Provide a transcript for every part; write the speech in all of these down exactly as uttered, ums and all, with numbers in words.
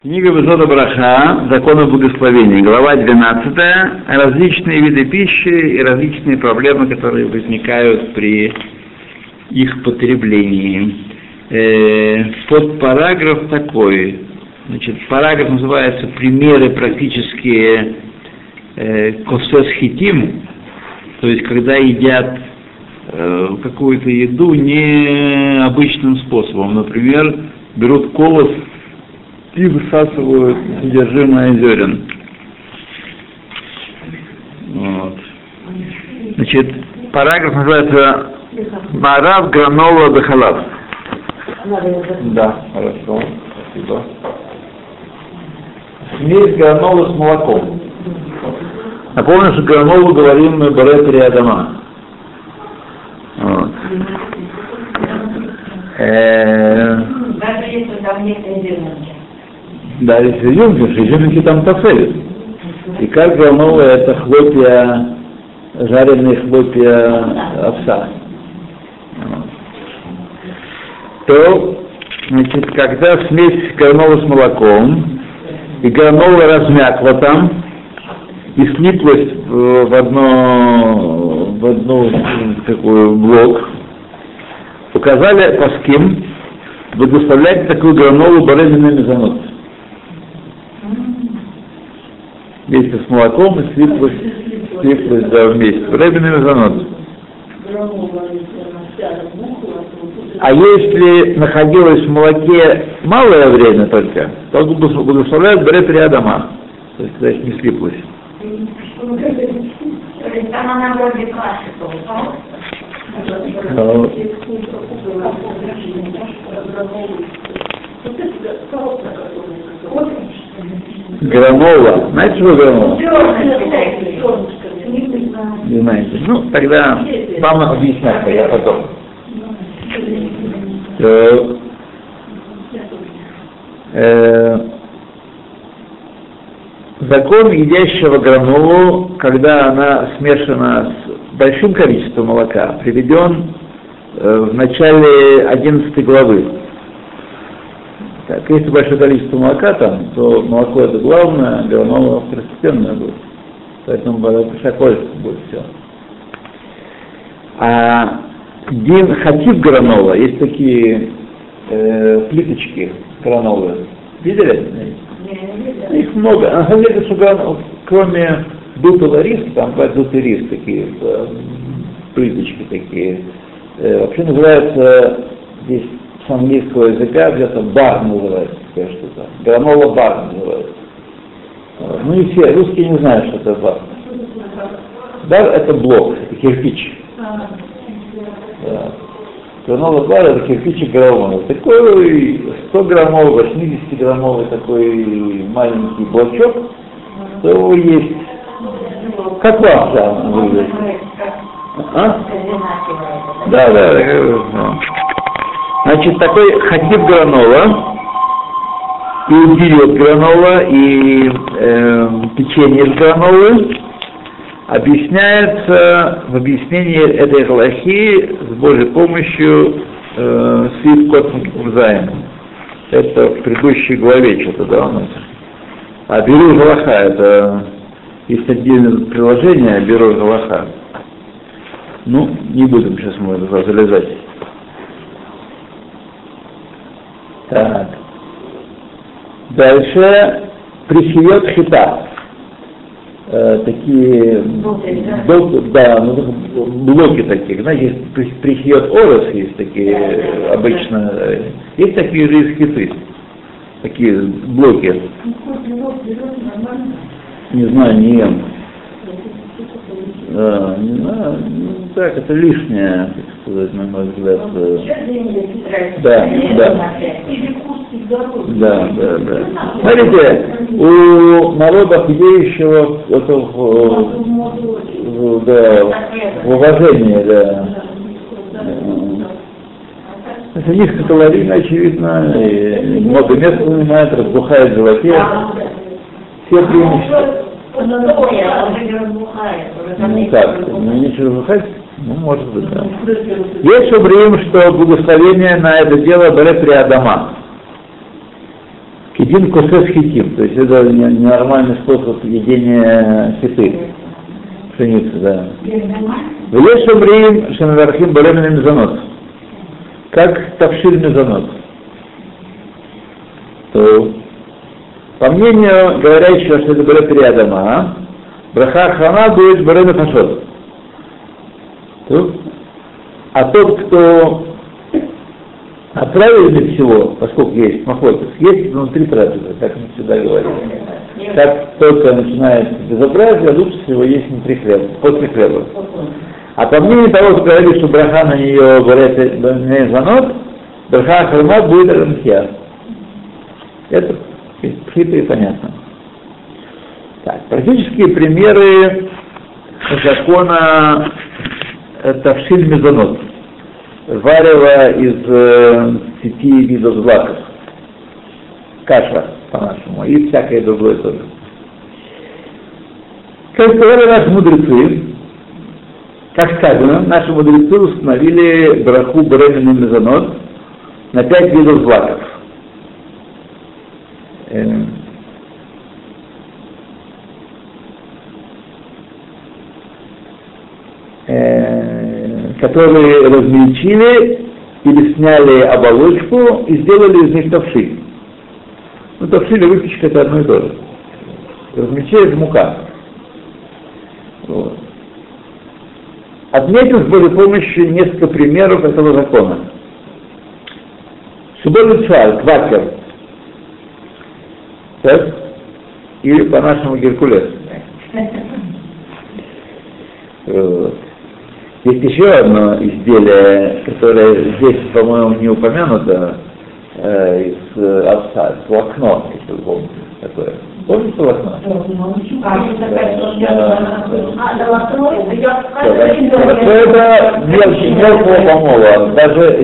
Книга Везода Браха, Закон о благословении, глава двенадцатая, различные виды пищи и различные проблемы, которые возникают при их потреблении. Э, подпараграф такой, значит, параграф называется «Примеры практические э, косес хитим», то есть когда едят э, какую-то еду необычным способом, например, берут колос и высасывают содержимое зерен. Вот. Значит, параграф называется «Марав гранола бехалав». Да, хорошо, спасибо. Смесь гранолы с молоком. Напомню, что гранолу говорим мы баре три адама. Вот. Даже если там нет изюминки. Да, если изюминки, что изюминки там тафель. И как гранола это хлопья, жареные хлопья овса. Вот. То, значит, когда смесь гранолы с молоком, и гранола размякла там, и слиплась в одно, в одну такой блок, показали паским благословлять такую гранолу баре мезонот. Вместе с молоком и слиплась, слиплась да, вместе. Баре мезонот. А если находилось в молоке малое время только, то благословляют баре три адама. То есть, когда еще не слиплась. Там она вроде каши толкала. Гранола. Знаете, что гранола? Не знаете. Ну, тогда вам объяснять, я потом. То, э, закон едящего гранолу, когда она смешана с большим количеством молока, приведен э, в начале одиннадцатой главы. Так, если большое количество молока там, то молоко это главное, гранола второстепенная будет. Поэтому шаколь будет все. А дин хатив гранола, есть такие э, плиточки гранолы. Видели? Их много. На самом деле, что гранол, кроме дутого риса, там бывает дутый рис, такие э, плиточки такие. Э, вообще называется здесь с английского языка где-то бар называется, такая штука. Гранола бар называется. Э, ну и все, русские не знают, что это бар. Бар это блок, это кирпич. Да. Гранола бар это кирпичик гранола. Такой сто граммовый, восемьдесят граммовый такой маленький блочок, то есть. Как вам там выглядит? А? Да, да, да. Значит, такой хатив гранола, и удилет гранола, и э, печенье с гранолы объясняется в объяснении этой галахи с Божьей помощью э, свит кот мзаем. Это в предыдущей главе что-то, да, у нас. А Берур Галаха, это есть отдельное приложение Берур Галаха. Ну, не будем сейчас мы туда залезать. Так. Дальше прихиет хита. Э, такие блоки, да, ну, блоки таких, знаете, есть прихиет орос, есть такие обычно, есть такие же из хиты, такие блоки. Не знаю, не ем. Да, не знаю, так, это лишнее, так сказать, на мой взгляд. Да, да. Да, да, да. Смотрите, у народов, идеющего это в, в, да, в уважении, да. Это низкокалорийно, очевидно, и много места занимает, разбухает в животе. Все преимущества. Ну как, ну ничего разбухать? Ну, может быть, да. Есть шобрим, что благословение на это дело баре три адама. Кидин косес хитим, то есть это ненормальный способ едения хиты, пшеницы, да. Влешем рим шенавархим баремин мезонот, как тавшиль мезонот. То, по мнению говорящего, что это берет три адама, браха хана будет баремин фашот. А тот, кто отправили всего, поскольку есть махлокис, есть внутри трапезы, как мы всегда говорим. Как только начинается безобразие, лучше всего есть внутри хлеба, после хлеба. А по мнению того, кто говорит, что браха на нее говорят занот, браха хармат будет рамхия. Это хитро и понятно. Так, практические примеры закона тавшиль мезонот. Варево из э, пяти видов злаков. Каша, по-нашему, и всякое другое тоже. Как сказали наши мудрецы, как сказано, наши мудрецы установили браху беременный мезонот на пять видов злаков. Э, которые размельчили или сняли оболочку и сделали из них тавшиль. Ну, тавшиль и выпечка — это одно и то же. Размельчили — это мука. Вот. Отметил с Божьей помощью несколько примеров этого закона. Шиболь Цар, квакер, так? Или по-нашему Геркулес. Вот. Есть еще одно изделие, которое здесь, по-моему, не упомянуто, э, из э, овса, волокно, если вы помните, такое. Помните волокно? Это мелкого помола, даже...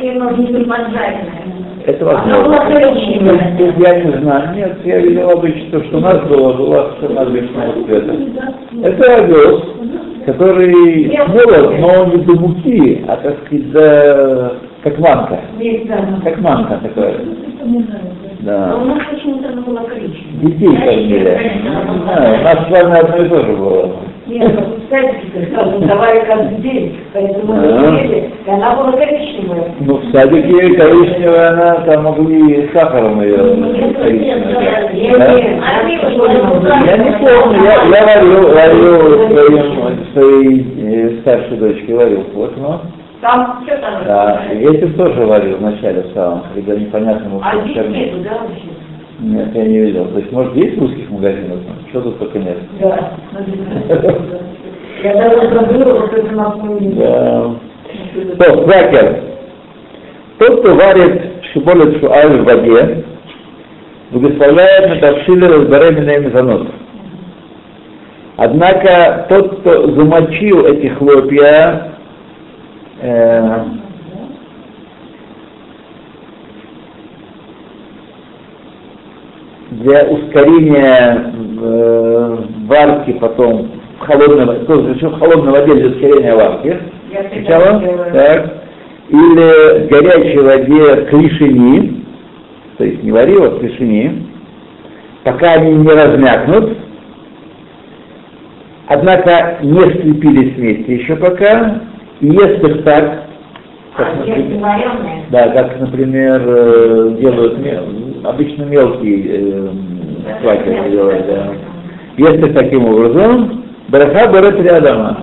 Это возможно. Я не знаю. Нет, я видел обычно, что у нас было, было различного цвета. Это овес, который молот, но он не до муки, а так сказать, да, как манка. Как манка такая. Да. А у нас почему-то было коричневое. Детей кормили. Не знаю, у нас с вами одно и то же было. Нет, ну, кстати, давали каждый день, поэтому мы ели, и она была коричневая. Ну, в садике коричневая, она там могли сахаром ее коричневая. Я не помню, я, я варил, варил своим, своей э, старшей дочке, варил плотно. Там что там? Да, и этим тоже варил вначале в самом, когда непонятно, может, а здесь нету, да, вообще? Нет, я не видел. То есть, может, есть в русских магазинах? Что тут только нет? Да. Я даже забыла, вот это на самом Да. То, кракер. Тот, кто варит шиболет шуаль в воде, благословляет на тавшиле разбаременные мезонот. Однако тот, кто замочил эти хлопья, э, для ускорения э, варки потом в холодной, то есть в холодной воде для ускорения варки, сначала, так, или в горячей воде клишини, то есть не вари, а клишини, пока они не размякнут, однако не слепились вместе еще пока, и ест их так, как, а, например, да, как, например, делают обычно мелкий э, квакер делают, да. Если таким образом, браха берет три адама.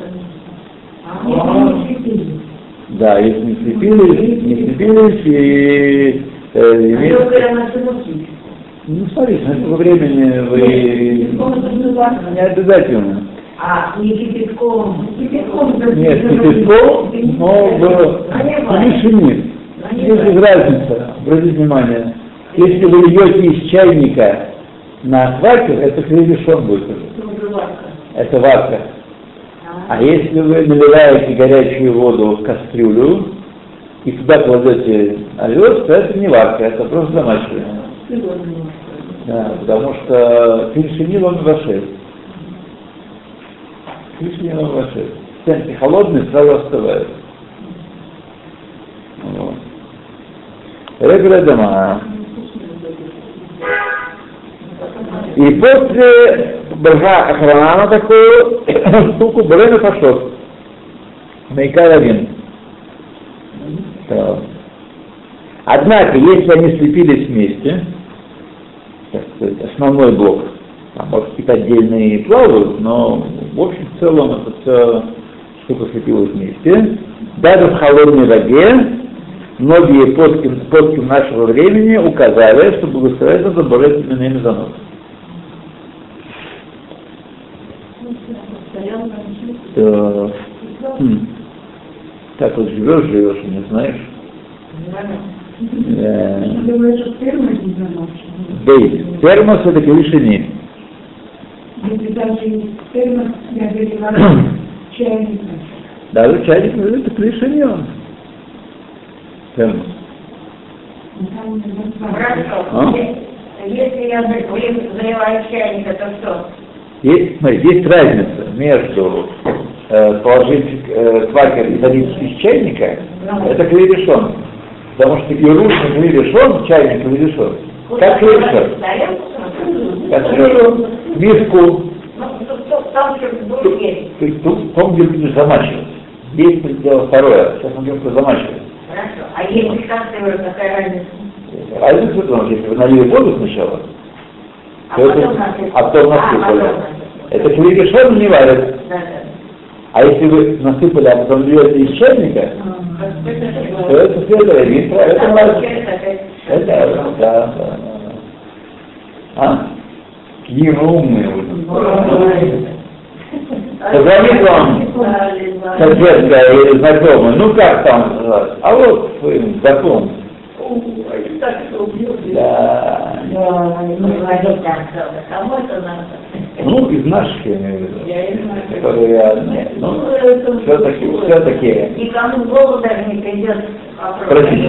Да, если не слепились, не слепились и э, имеют... Ну, смотрите, на этого времени вы не обязательно. А, не кипятком. Нет, кипятком, но в клишине. Есть разница, обратите внимание. Если вы льете из чайника на квакер, это хлебешон будет уже. Это варка. А если вы наливаете горячую воду в кастрюлю и туда кладете овес, то это не варка, это просто замачивание. Да, потому что клишинил он вашей. Клишинил он вашей. Стенки холодные, сразу остывают. Вот. Регуля дома. И после Браха охрана на такую штуку Брена пошел. Мейкаравин. Однако, если они слепились вместе, так сказать, основной блок, там, может, какие-то отдельные плавают, но в общем в целом эта вся штука слепилась вместе, даже в холодной воде многие подки, подки нашего времени указали, что благословенно заболеть именными заносами. Да. Хм. Так вот живешь, живешь, не знаешь. Да. Бейс. Термос это клишини. Даже чайник это клишини он. Термос. А? Если я заливаю чайник, это что? Есть, смотри, есть разница между э, положить э, квакер и залить из чайника, это клерешон. Потому что и ручный клерешон, чайник клерешон. Как клерешон? Как клерешон. Миску. Там, где будешь замачивать. Есть дело второе. Сейчас мы будем замачивать. Хорошо. А если кастрюля, какая разница? Разница в том, если вы налили воду сначала, А то потом это, насыпали. а потом А, насыпали. потом Это клерешон не варит. Да, да. А если вы насыпали, а потом льете из чайника, то это следует, не правильно. Это нормально. Это, да, да, да. А? Какие умные вы. Позвонит вам соседка или знакомая, ну как там называется? А вот своим знакомым. Да. Ну, из наших, я имею в виду, которые, нет, ну, все-таки, все-таки. Никому в голову даже не придет вопрос. Простите.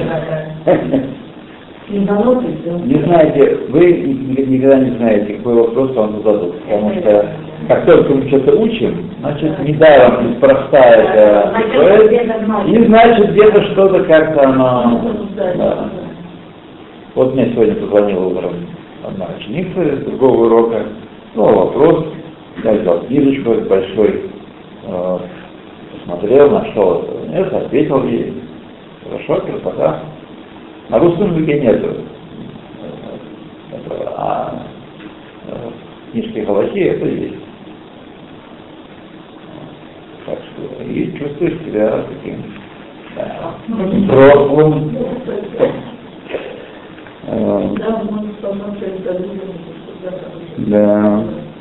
Не знаете, вы никогда не знаете, какой вопрос вам зададут, потому что как только мы что-то учим, значит, недаром, неспроста это происходит, и значит, где-то что-то как-то оно... Да. Вот мне сегодня позвонила утром одна ученица из другого урока, ну, вопрос, я взял книжечку большой, э, посмотрел, нашел это, ответил ей, хорошо, красота. На русском языке нету, это, а в книжке Галахи это есть. Так что и чувствуешь себя таким да, взрослым. Да.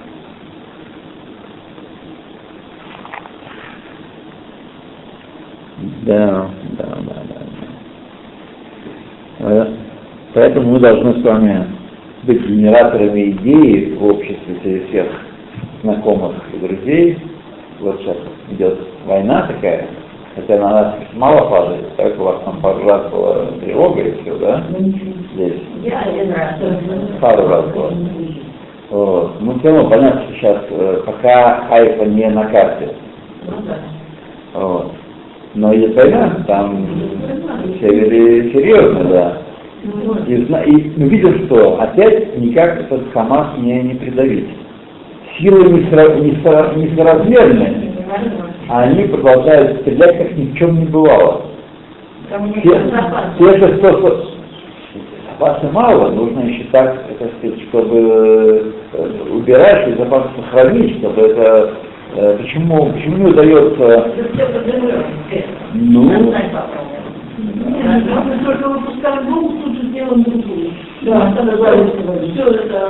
Да, да, да, да. Поэтому мы должны с вами быть генераторами идеи в обществе среди всех знакомых и друзей. Вот сейчас идет война такая, хотя на нас мало падает, так у вас там пару раз была тревога и все, да? Здесь. Я один раз. Пару раз было. Вот. Ну, все равно понятно, что сейчас э, пока Хайфа не на карте. Вот. Но идет война, там север серьезно, да. И, и мы видим, что опять никак этот Хамас не, не придавить. Силы несоразмерны, а они продолжают стрелять, как ни в чем не бывало. Те, те же, что запасы мало, нужно еще так, так сказать, чтобы убирать и запасы сохранить, чтобы это... Почему, почему не удается... Ну... Только выпускаем бомбу, тут же сделаем другую. Да, все это...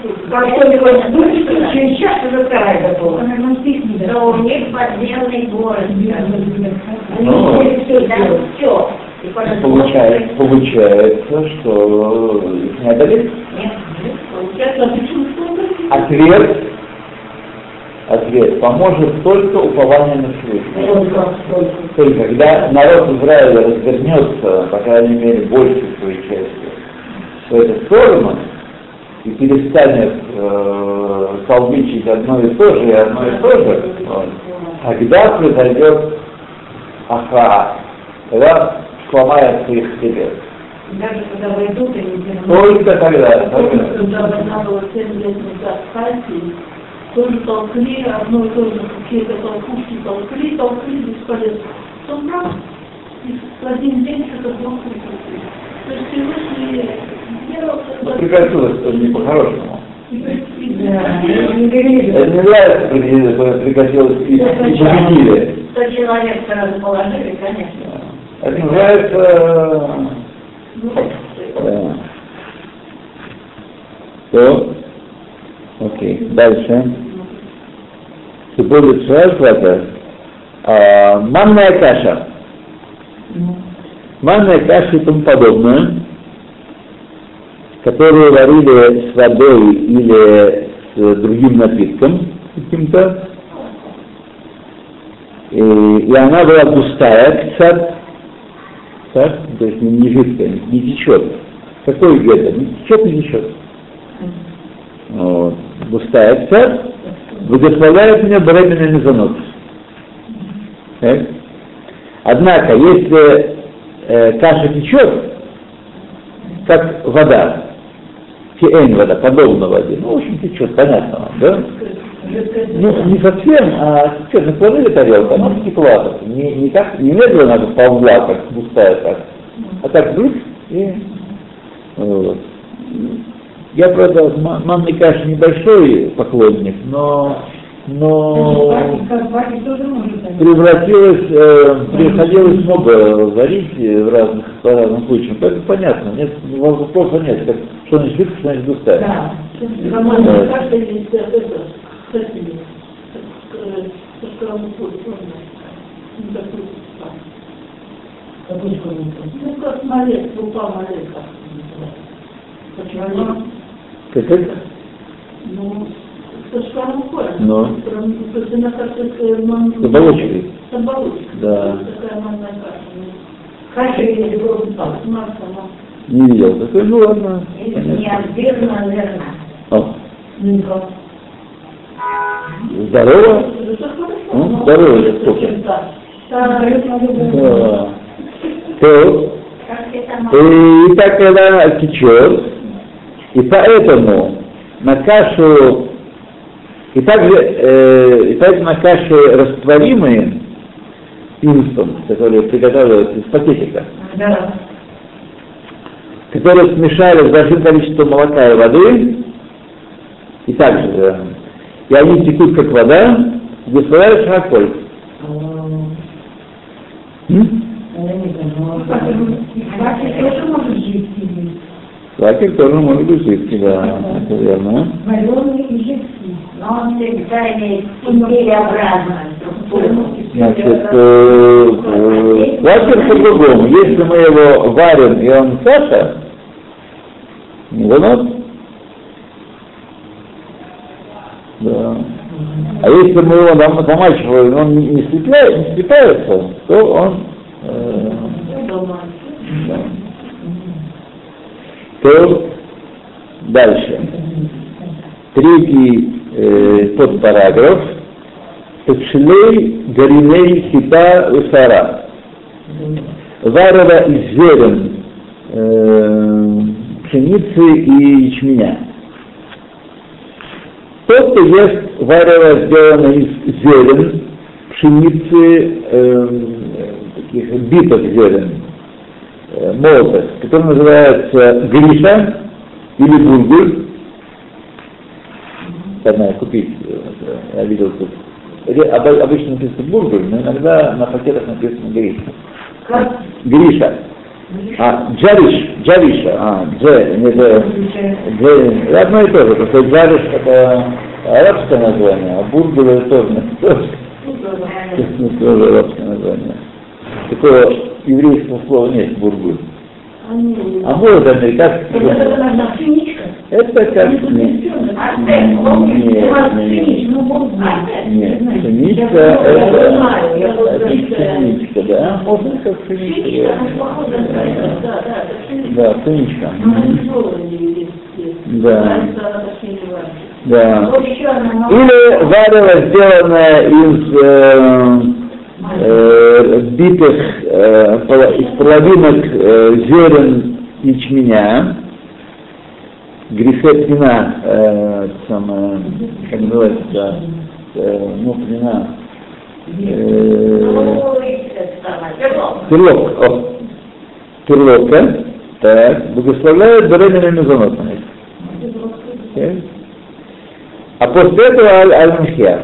Сейчас уже вторая готова. Но у них подземный город. Ну, все. Получается, получается, что их не одолеть? Нет, получается, а почему что? Ответ, ответ поможет только упование на Всевышнего. То есть, когда народ Израиля развернется, по крайней мере, большей своей частью, в эту сторону, и перестанет э, толбичить одно и то же, и одно и то же, вот, тогда произойдет ахаа, тогда сломается их хребет. Даже когда войдут, они только тогда. Помню, когда война была семь лет назад в Харькове, тоже толкли, одно и то же, какие-то толкушки толкли, толкли бесполезно. Он прав, и в один день что-то плохо прекратили. То есть и вышли, делался... Прекратилось тоже не по-хорошему. Да, не говорили. Это не нравится, когда прекратилось и победили. Сто человек сразу положили, конечно. Это называется... Да. То, окей, дальше. Будет сразу а, манная каша. Манная каша и тому подобное, которые варили с водой или с другим напитком каким-то, и, и она была густая, ксат, так, то есть не, не жидкая, не течет. Какой где-то? Не течет, не течет. Вот. Густая ксат благословляет меня бременный мезонот. Так? Однако, если э, каша течет, как вода, киэн вода, подобно воде, ну, в общем, течет, понятно вам, да? Ну, не совсем, а что, наклонили тарелку, она текла, не, не так, не медленно она ползла, как густая так, а так быстро и вот. Я, правда, манной каши небольшой поклонник, но, но превратилось, э, приходилось много варить в разных, по разным случаям, поэтому понятно, нет, вопроса нет, как, что значит жидкая, что значит густая. Да, манная каша есть это, кстати, со стороны ну, как малец, крупа малец, почему? Как это? Ну, со стороны коля. Ну. То есть она как-то... С оболочкой. С оболочкой. Да. Такая манная каша. Каша или крупа? Не видел. Такой, ну ладно. Неотбирно, наверное. О. Ну, Здорово? Ну, здорово, это сколько? Да. То, и так когда течет, и поэтому на кашу, и также, э, и также на каши растворимые инстом, которые приготавливаются из пакетика, Да. которые смешали с большим количеством молока и воды, и также, и они текут как вода, благословляют шаколь. Лакер тоже может быть жидкий, да, это верно. Вареный и жидкий, но он всегда имеет империобразную структуру. Значит, э, э, лакер по-другому. Если мы его варим, и он каша, не вынос. Да. А если мы его дам- замачиваем, он не, не, слепляет, не слепается, то он... Э, да. То дальше. Третий э, подпараграф. Текшилей гориней хита усара. Варево из зерен э, пшеницы и ячменя. Тот, кто ест варево, сделанное из зерен, пшеницы, э, таких битых зерен, э, молотых, который называется гриша или бургуль. Надо купить, я видел тут. Обычно написано бургуль, но иногда на пакетах написано гриша. Как? Гриша. А, джариш, джариша, а, дже, не дже, дже, одно и то же, просто джариш это арабское название, а бургуль это тоже, тоже, тоже арабское название. Такого еврейского слова нет, бургуль. А может американский бургуль. Это как нет, нет, нет, нет, пшеничка это, это пшеничка, да, можно как пшеничка, да, пшеничка, да, да, или варево, сделанное из э, э, битых, э, из половинок э, зерен ячменя, грифе пнина, э, самое, как называется, э, ну, пнина, э, перловка, о, перловка, так, благословляют баранины мезонотами. Okay. А после этого аль-михья.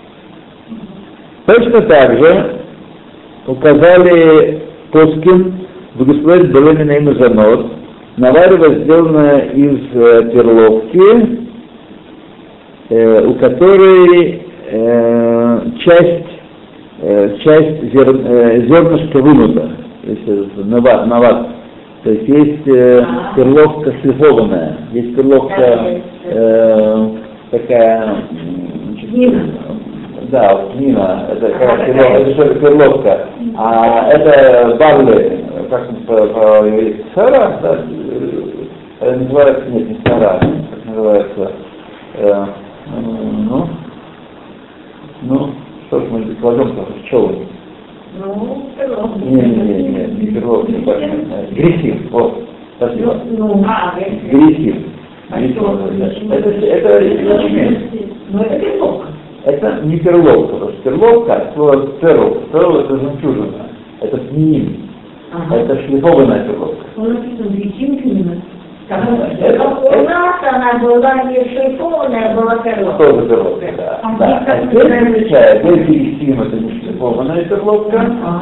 Точно так же указали поским благословить баранины и мезонот, наваривать сделанное из э, перловки, э, у которой э, часть, э, часть зер, э, зернышка вынута, то есть нават, нават. То есть есть э, перловка шлифованная, есть перловка э, такая, Нина. да, нина, это как перловка, перловка, а это барли, как по-еврейски, сара, да, это называется, нет, не сара, как называется, э, ну, ну, что ж мы кладем там пчелы. Ну, перловка. Нет, нет, нет, не перловка, грисим, вот, спасибо. Ну, а, Грисим. А что? Это, это ячмень. Ну, это перловка. Это не перловка, потому что перловка, слово перл, перл это жемчужина, это пнин, Ага. это шлифованная перловка. Он написан гречинка именно. У нас она была не шлифованная, была перловка. Тоже перловка, да. А да. как А теперь отличает, грисим это не шлифованная перловка,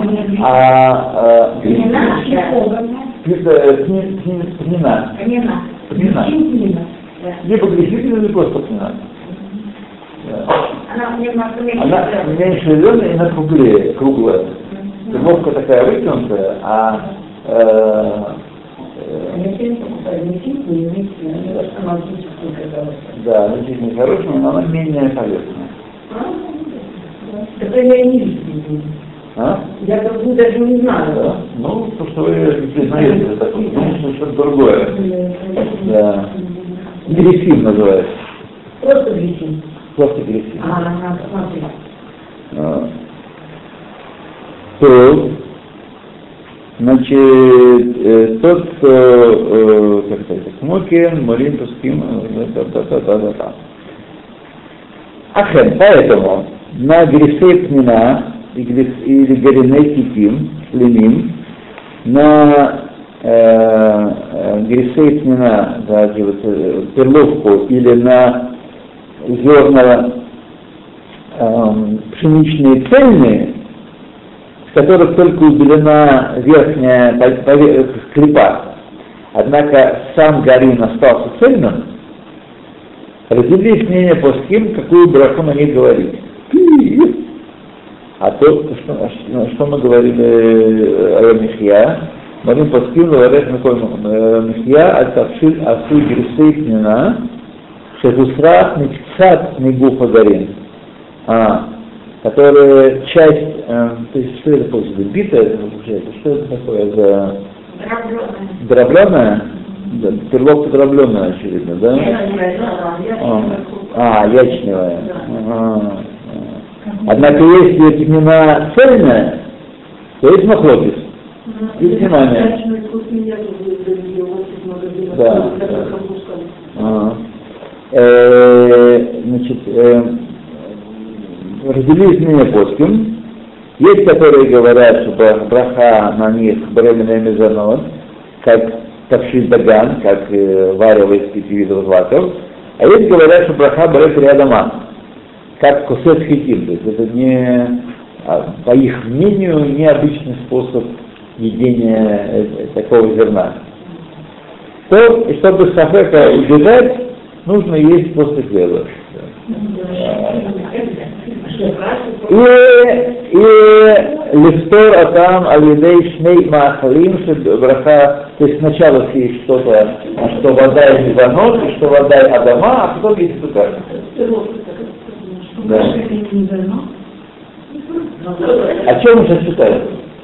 а Не наша. грисим, пнина. Не наша. Пнина. Гречинка. Либо грисим, либо просто пнина. Она немножко меньше. Она меньше зеленая и она круглее, круглая. Перловка такая вытянутая, а э, да, она здесь нехорошая, но она менее полезная. Это я не вижу. А? Я как бы даже не знаю. Да. Ну, то, что вы признаете, это такое, ну, что-то другое. Да. Грисим называется. Просто гречинка. Просто грисим. А, она, смотри. А. То, значит, э, тот, кто, э, как это, смокин, марин, пуским, да-да-да-да-да. Ахен, поэтому на грифе пнина или гореней кипим, шлемим, на э, э, грифе пнина, да, вот, э, перловку или на зерна э, пшеничные цельные, с которых только удалена верхняя клепа, однако сам горин остался цельным, разделились мнения по ским, какую браху на них говорить. А то, что, что мы говорили о Михья, мы по ским говорят Михья, альтавшиль асу грисей пнина, шехусрах микцат мигуфа горин. А, которая часть, э, то есть что это получается, битая это получается, что это такое за... Дробленая? Да, перловка дробленая, очевидно, да? А, а ячневая. А, а. Однако если пнина цельная, то есть махлокис. И внимание. Да. А. Э, значит, э, разделились мнения плоским. Есть, которые говорят, что браха на них бременная мезонот, как тавшиль даган, как э, варево из пяти видов злаков. А есть, говорят, что браха берет рядома, как кусет хитим. То есть это не, по их мнению, необычный способ едения э, такого зерна. То, и чтобы сафека убежать, нужно есть после хлеба. И, и лифтор атам алидей шней маахалим, что браха, то есть сначала съесть что-то, что вода из лизанот, и что вода из адама, а потом есть сукар. Да. О чем мы сейчас читаем?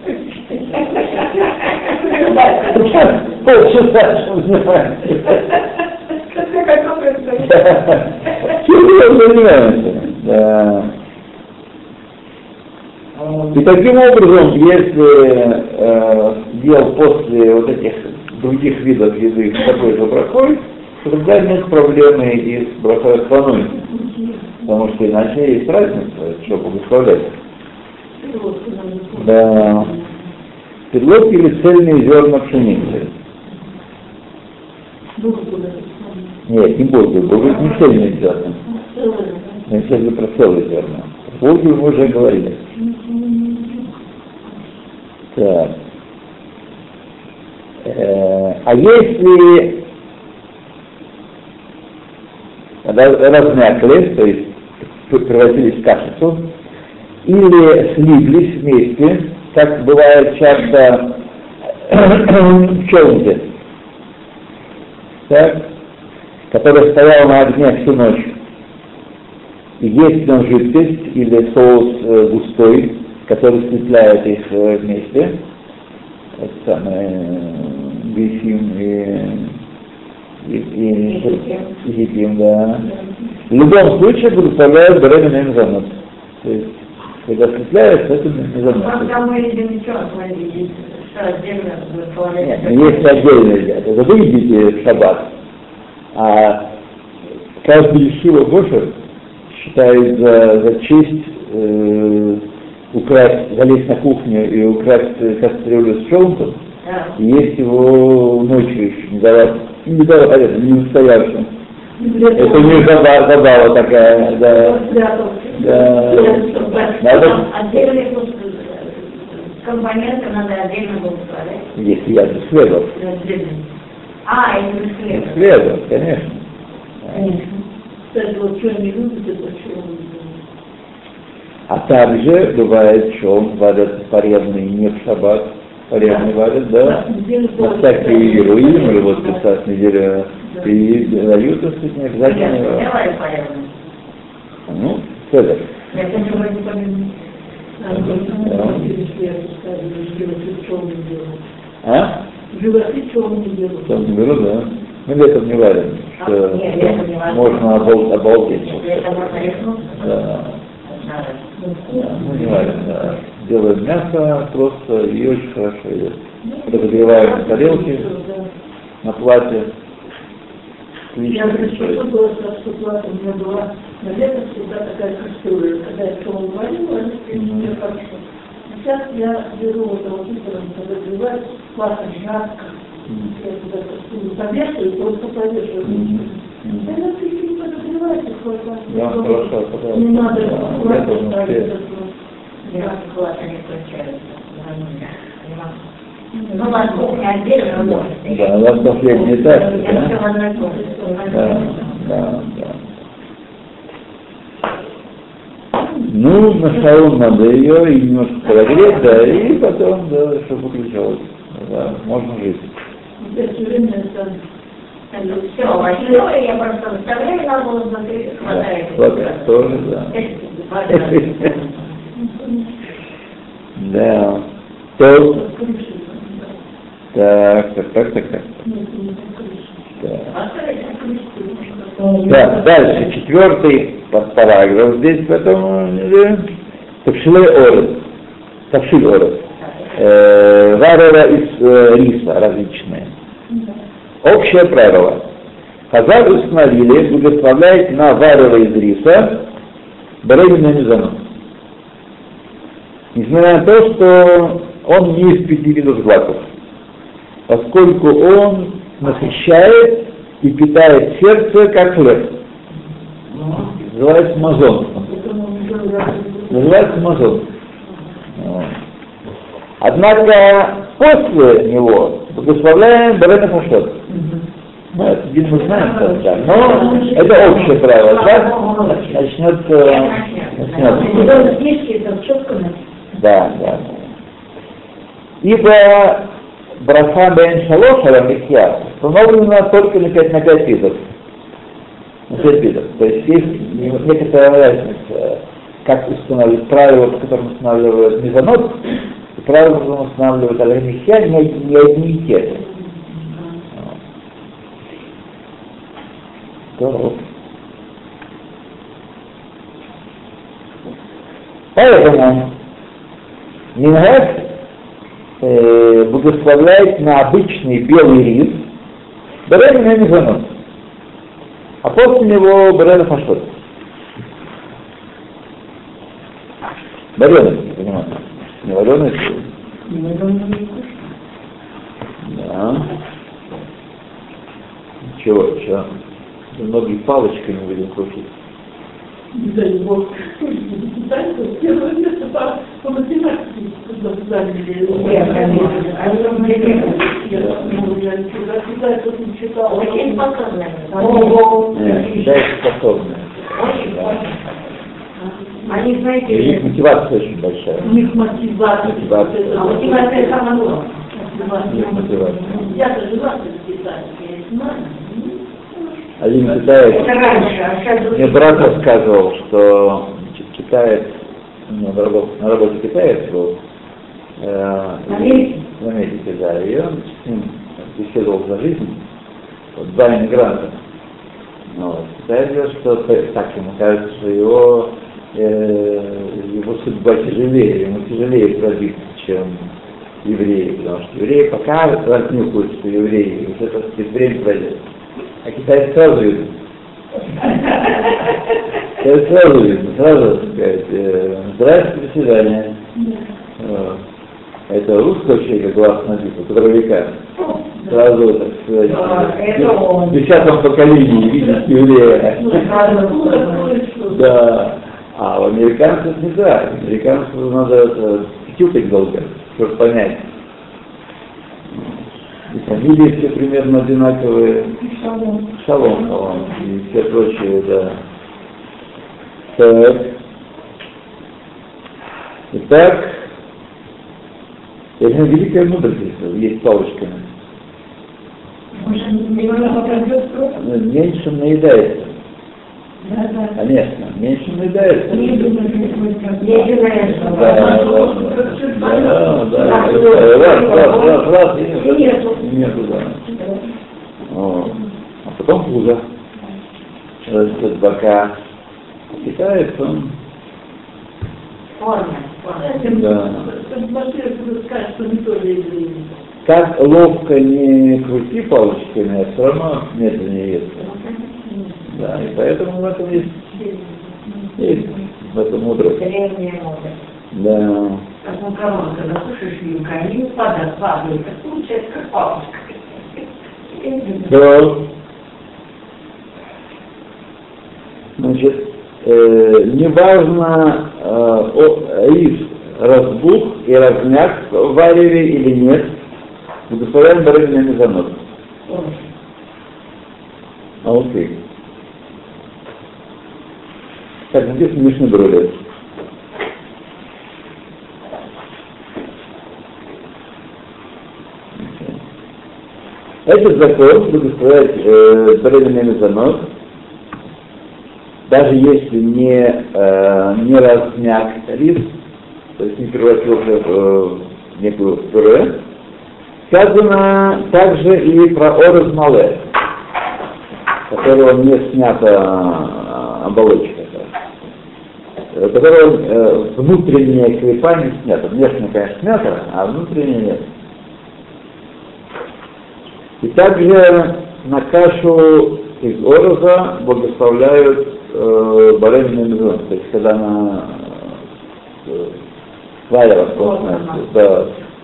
Полчаса, что вы знаете. Чем мы занимаемся? Да. И таким образом, если э, ел после вот этих других видов еды с такой же брахой, то тогда нет проблемы и с брахой страной. Потому что иначе есть разница, что благословлять. Да. Перловки или цельные зерна пшеницы? Нет, не бургер, бургер не цельные зерна. Мы сейчас про целые зерна. Бургер мы уже говорили. Так. Э, а если размякли, то есть превратились в кашицу, или слиплись вместе, как бывает часто в челке, так, который стоял на огне всю ночь, и есть в нем жидкость или соус э, густой, который слепляет их э, вместе, это самое бифим и и, и, и, и да. В любом случае благословляют беременный мезонот. То есть, когда слепляется, это мезонот. Когда мы едим ничего, мы видим, что отдельно благословляют. Есть отдельно едят. Это вы едите в шаббат. А каждый ешива Гошер считает за, за честь э, украсть, залезть на кухню и украсть кастрюлю с челнком, да. И есть его ночью еще, не давать, не давать, не устоявшим. Это у них забава такая, да. Да. Надо... Отдельные компоненты надо отдельно благословлять. Если я без хлебов. А, и без хлеба. Без хлебов, конечно. Конечно. Кстати, вот что не любит, это что? А также бывает, что он варят порядный не в шаббат, порядный варят, да, на всякие герои, или вот писать неделю, и дают, так сказать, не обязательно. Ну, седер. Я тоже вроде помню. А? Животы черные делают. Там не беру, да. Мы летом не варим, что Нет, летом не варим. можно обал- обалдеть. Летом можно рехнуть? Да. Да, мы не варим, да. Делаем мясо просто и очень хорошо идет. Разогреваем на тарелке, на платье. Я еще была, что плата у меня была на лето всегда такая кастрюля. Когда я что варила, она мне хорошо. Сейчас я беру вот этого утром, подогреваю, плата жарко. Я туда кастрюлю повешаю, просто повешаю. Это ты не подогреваешь, хватает. Да, хорошо, пожалуйста. Не надо платье ставить. Плата не кончается. Ну, у вас кухня отдельно, но да, у вас последний этаж, я все в да? одной кухне. Да, да, да. Ну, на шаун надо ее и немножко подогреть, да, и потом, да, чтобы выключалось. Да, можно жить. Это все время это... Все, овощное я просто выставляю на воздух и хватает. Вот, тоже, да. Да. То... Так, так, так, так, так. Да, дальше, четвертый параграф здесь в этом, Тавшилей Орес, Тавшиль Орес, варора из э, риса различные. Общее правило. Хазар установили, благословляет на варора из риса беременную мезонот. Несмотря на то, что он не из пяти видов злаков, поскольку он насыщает и питает сердце, как хлеб. Называется мазон. Называется мазон. Однако после него благословляем Барена Хашот. Ну, это один мы знаем, да, но это общее правило, да? Начнется... начнется. Да, да. Ибо браха бен шалош аламихья установлена только на пять, на пять видов. На пять видов. То есть есть некоторая разница, как устанавливать правила, по которым устанавливают мезонот, и правила, по которым устанавливают аламихья, не, не одни и те же. Вот. Поэтому Мингак э, благословляет на обычный белый рис баранина мезонот. А после него баранина фашот. Вареный, понимаете? Не вареный, Не вареный. да. Чего, чего? Многие палочками будем кушать. Не дай Бог. Китайцы первое место по, по математике заняли. Я китайцев не читала. Очень способные. Нет, китайцы способны. Очень способные. Они, И знаете, у них мотивация очень большая. У них мотивация. Мотивация. а мотивация самая главная. У них мотивация. Я-то жила в Китае, я знаю. Один китаец, Это раньше, а сейчас мне другие. брат рассказывал, что китаец, у меня на работе, на работе китаец был, э, В Америке? в Америке, да, и он с ним беседовал за жизнь, вот, два иммигранта. Вот. Китаец говорит, что так ему кажется, что его, э, его судьба тяжелее, ему тяжелее пробиться, чем евреи, потому что евреи пока разнюхают, что евреи, и вот это время пройдет. А китайцы сразу видно. Китайцы сразу видно, сразу сказать, э, здравствуйте, до свидания. Вот. Это русского человека глаз набит, кадровика. Сразу, так сказать, в десятом поколении видит еврея. Да. А у американцев не так. Американцев надо это, тютать долго, чтобы понять. И фамилии все примерно одинаковые. Шалом. Шалом, шалом. И все прочие, да. Так. Итак, это великая мудрость есть с палочками. Меньше наедается. Конечно, меньше наедается. Да, да, да. Раз, раз, раз, раз, и нету. Нету, да. О. А потом пузо. Растет бока. Китаец, он... Да. Как ловко не крути палочками, а все равно медленнее ест. Да, и поэтому в этом есть, есть в этом мудрость. Древняя мода. Да. Как макароны, когда кушаешь вилкой, они падают, падают, так получается как палочка. Да. Значит, э, неважно, э, о, рис разбух и размяк в вареве или нет, благословляем баранина мезонот. А окей. Так, здесь Мишна Броля. Этот закон благословляет э, баранина мезонот, даже если не, э, не размяк рис, то есть не превратился в э, некую пюре, сказано также и про орез мале, которого не снята оболочка, которого э, внутренняя клепа не снята. Внешняя, конечно, снята, а внутренняя нет. И также на кашу из ореза благословляют э, баранину мезонот, то есть когда она э, сварила просто, да.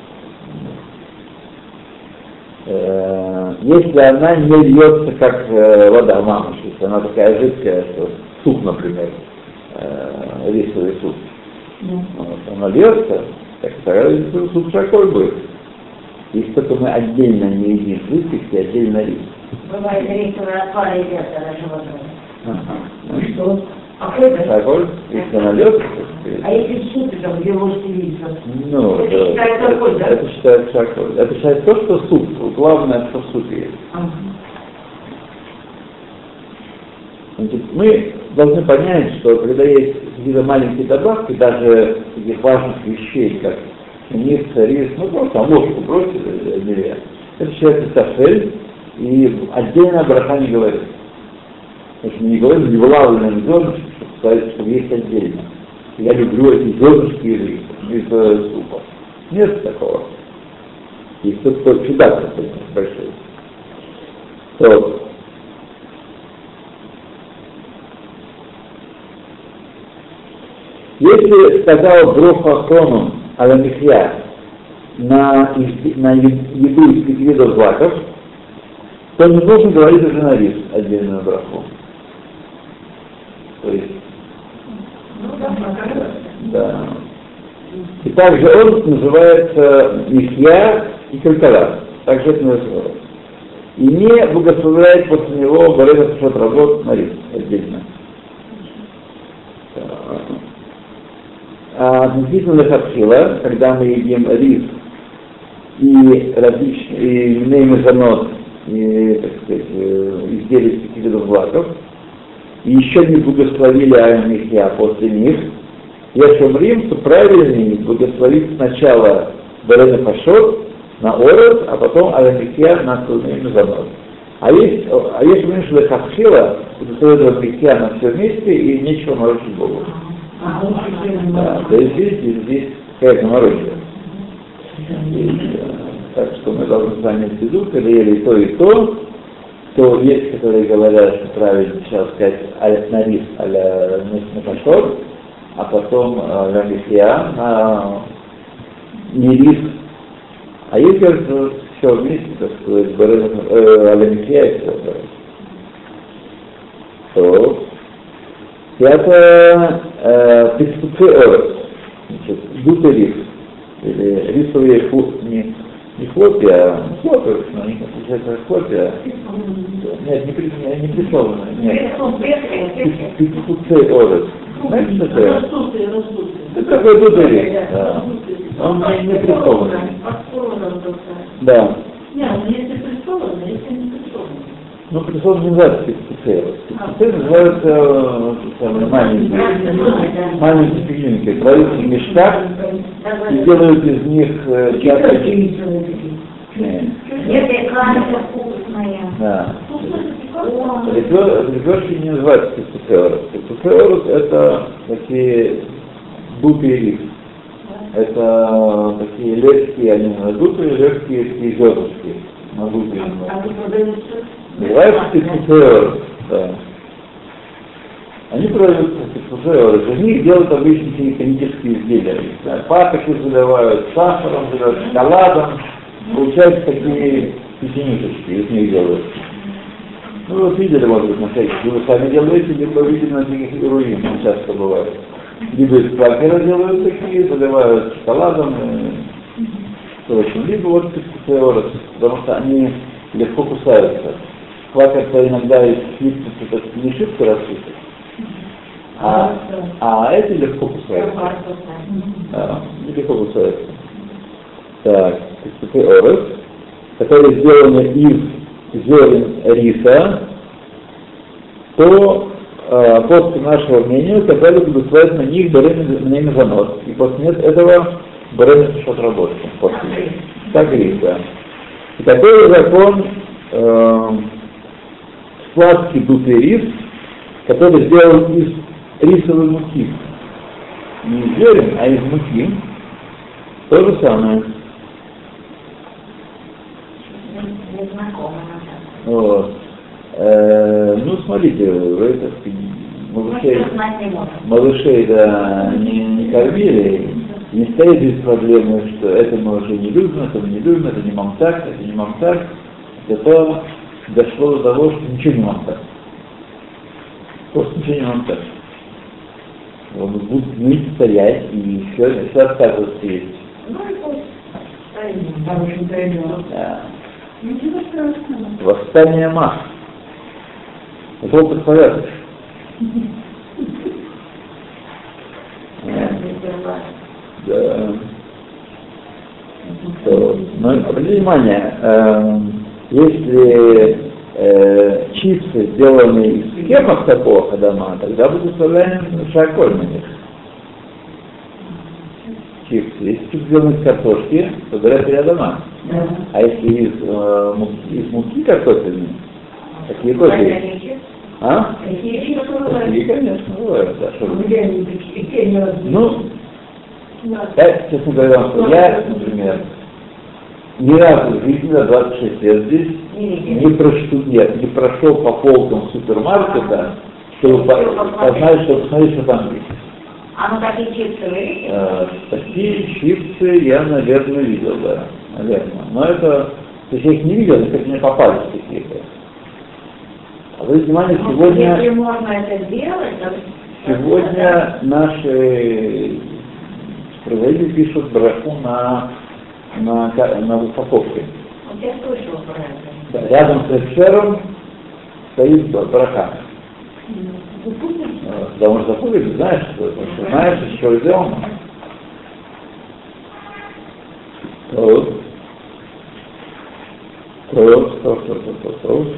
Э, если она не льется как э, вода мамыш, если она такая жидкая, что суп, например, э, рисовый суп, mm. вот, она льется, так тогда суп шаколь будет. Если только мы отдельно не едим жидкости, отдельно рис. Бывает, рисовая отвара едят, она животное. Ага. Что? А хлеб? Шаколь, если она льется, А если в супе, там, где ложки риса? ну, это, это считается шаколь, да? Это считается шаколь. Это считается то, что суп. Главное, что в супе есть. Ага. Значит, мы должны понять, что когда есть какие-то маленькие добавки, даже таких важных вещей, как пшеница, рис, ну просто ложку бросили, две, это считается тафель, и отдельно браха не говорит. Потому что мы не говорим не вылавленным зернышки, чтобы сказать, что есть отдельно. Я люблю эти зернышки из, из супа. Нет такого. Есть только чудак такой большой. То. Если сказал броха Ахрону Аламихья на, на еду из пяти видов злаков, то не должен говорить уже на рис отдельную браху. То есть, да. И также он называется Михья и Калькала. Также это называется. И не благословляет после него Барена Пашот работ на рис отдельно. Относительно Хатхила, когда мы едим рис и различные, и неймезанот, и, так сказать, изделия из пяти видов злаков, и еще не благословили Аймихья после них, если умрим, то правильнее благословить сначала Барена Пашот на Ород, а потом Аймихья на неймезанот. А есть, а если мы что Хатхила, благословить Аймихья на все вместе, и нечего нарушить Богу. Да, то есть здесь, здесь какая-то морочка. Так что мы должны с вами в виду, когда ели то и то, то есть, которые говорят, что правильно сейчас сказать аля на рис, аля на пашот, а потом аля михья, на не рис. А есть, кажется, все вместе, так сказать, аля михья и все. То. Это пиццуцей орос, дутый рис, или рисовые хлопья, не, не хлопья, а хлопья, но они отличаются хлопья. Нет, не, не, не прессованные, нет. Пиццуцей орос. Знаете, что это? Это такой дутый рис, да. Он не, не прессованный. Да. Нет, он если прессованный, если не прессованный. Ну, прессованный не называется пиццуцей. Пиццуцей называется самые маленькие, маленькие печеньки. Продаются в мешках и делают из них часто... Нет, это вкусная. Да. Лепешки не называются пиццуцей. Пиццуцей это такие дутые рис. Это такие легкие, они надутые, легкие такие зернышки. Надутые. Называется пиццуцей. Да. Они продаются пиццуцей, из них делают обычные кондитерские изделия. Патоки заливают, сахаром заливают, шоколадом. Получаются такие печенюшечки, из них делают. Ну, вы видели, может быть, на всяких, вы сами делаете, либо видели на таких руин, часто бывает. Либо из квакера делают такие, заливают шоколадом, и, в общем, либо вот пиццуцей, потому что они легко кусаются. Квакер-то иногда из слипнется, не шибко рассыпается. А, а эти легко кусаются. Да, легко кусаются. Так, пиццуцей орос, которые сделаны из зерен риса, то э, после нашего мнения сказали благословить на них Барена Пашот. И после этого Барена Пашот работает. После. Так риса. И такой закон э, сладкий дутый рис, который сделан из рисовой муки. Не из зерен, а из муки. То же самое. Вот. Э, ну, смотрите, вы это, малышей, малышей да, не, не кормили, не стоит без проблемы, что это мы уже не любим, это мы не любим, это не мамтак, это не мамтак. Это дошло до того, что ничего не мамтак. Просто ничего не мамтак. Он будет ныть, стоять и все, все отказываться есть. Ну и пусть стоит. Да. Ничего страшного. Восстание масс. Это опыт порядок. Да. Но обратите внимание, э, если э, чипсы сделаны из кефах такого ходома, тогда мы заставляем шаколь на них. Чипсы. Если чипсы сделаны из картошки, то говорят рядома. А если из, э, муки, из муки картофельной, такие кофе. А? Такие, конечно, бывают. Да, ну, я, честно говоря, что я, например, ни разу в жизни за двадцать шесть лет здесь не, прошел, нет, не прошел по полкам супермаркета, чтобы познать, чтобы посмотреть, что там есть. А ну такие чипсы вы видите? Э, такие чипсы я, наверное, видел, да, наверное. Но это, то есть я их не видел, они как мне попались какие-то. Обратите внимание, сегодня... Если можно это сделать, то... Сегодня наши производители пишут браху на, на, на упаковке. Вот я слышала про это. Да, рядом с экшером стоит браха. Потому что запомнили, знаешь, что, что знаешь, из чего сделано. То, то, то, то, то, то, то.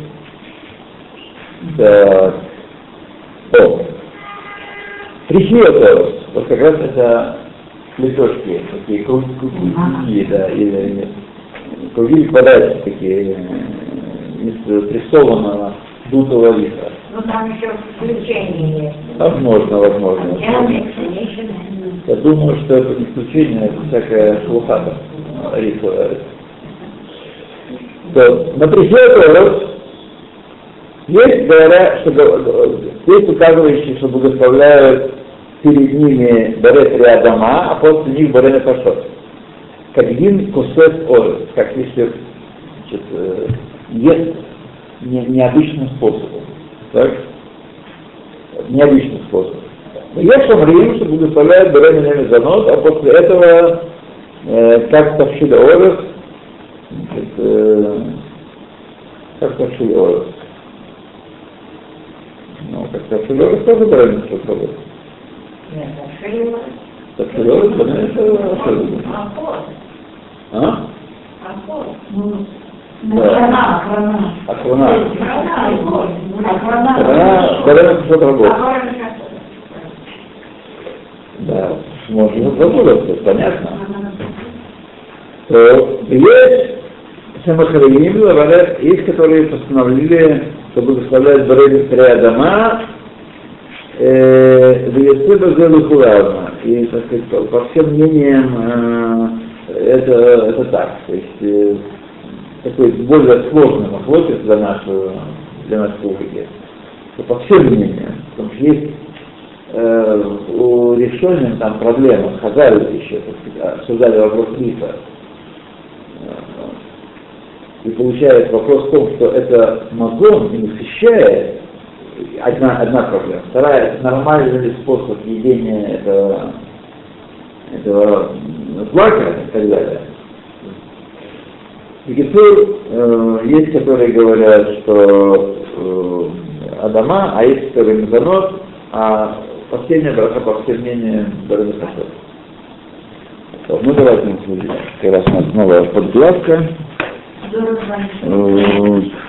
Да. О. Трихиоторус. Вот как раз это лепешки, такие круги, круги, да, или круги квадратики такие, из прессованного дутого риса. Ну там еще включение есть. Возможно, возможно. Я, Я думаю, что это не исключение, это всякая шелухата рисовая. То, на трихиоторус есть, говоря, что есть указывающие, что благословляют перед ними Берет Риадама, а после них Берет Пашот. Как один кусет орес, как если значит, ест не, необычным способом. Так? Необычный способ. Но есть шамрим, что благословляют Берет Минами Занот, а после этого э, как Тавшида Орес, значит, э, как Тавшида Орес. Ну, как Тавшилёрос тоже правильно что сказать? Нет, Тавшилёрос. Тавшилёрос, да, это особенно. Ахор. А? Ахор. Да. Охрана. Охрана. Охрана. Охрана, правильно что-то работает. Да, можно задуматься, понятно. То есть самохраим, говорят, есть, которые постановили, что благословляют Берет Риадама, Веяцеба Зелухуравна. И, так сказать, по всем мнениям, это, это так. То есть, такой более сложный махлокис для нашего, для нашей публики. По всем мнениям. Потому что есть э, у решения там проблема, Хазали еще, так сказать, обсуждали вопрос Лифа. И получается вопрос в том, что это мазон не насыщает, одна, одна проблема. Вторая, это нормальный ли способ едения этого, этого злака и так далее. И э, есть, которые говорят, что э, Адама, а есть, которые Мезонот, а последняя браха, по всем мнениям, Берет Пашот. Ну давайте, как раз у нас новая подглавка. Здорово.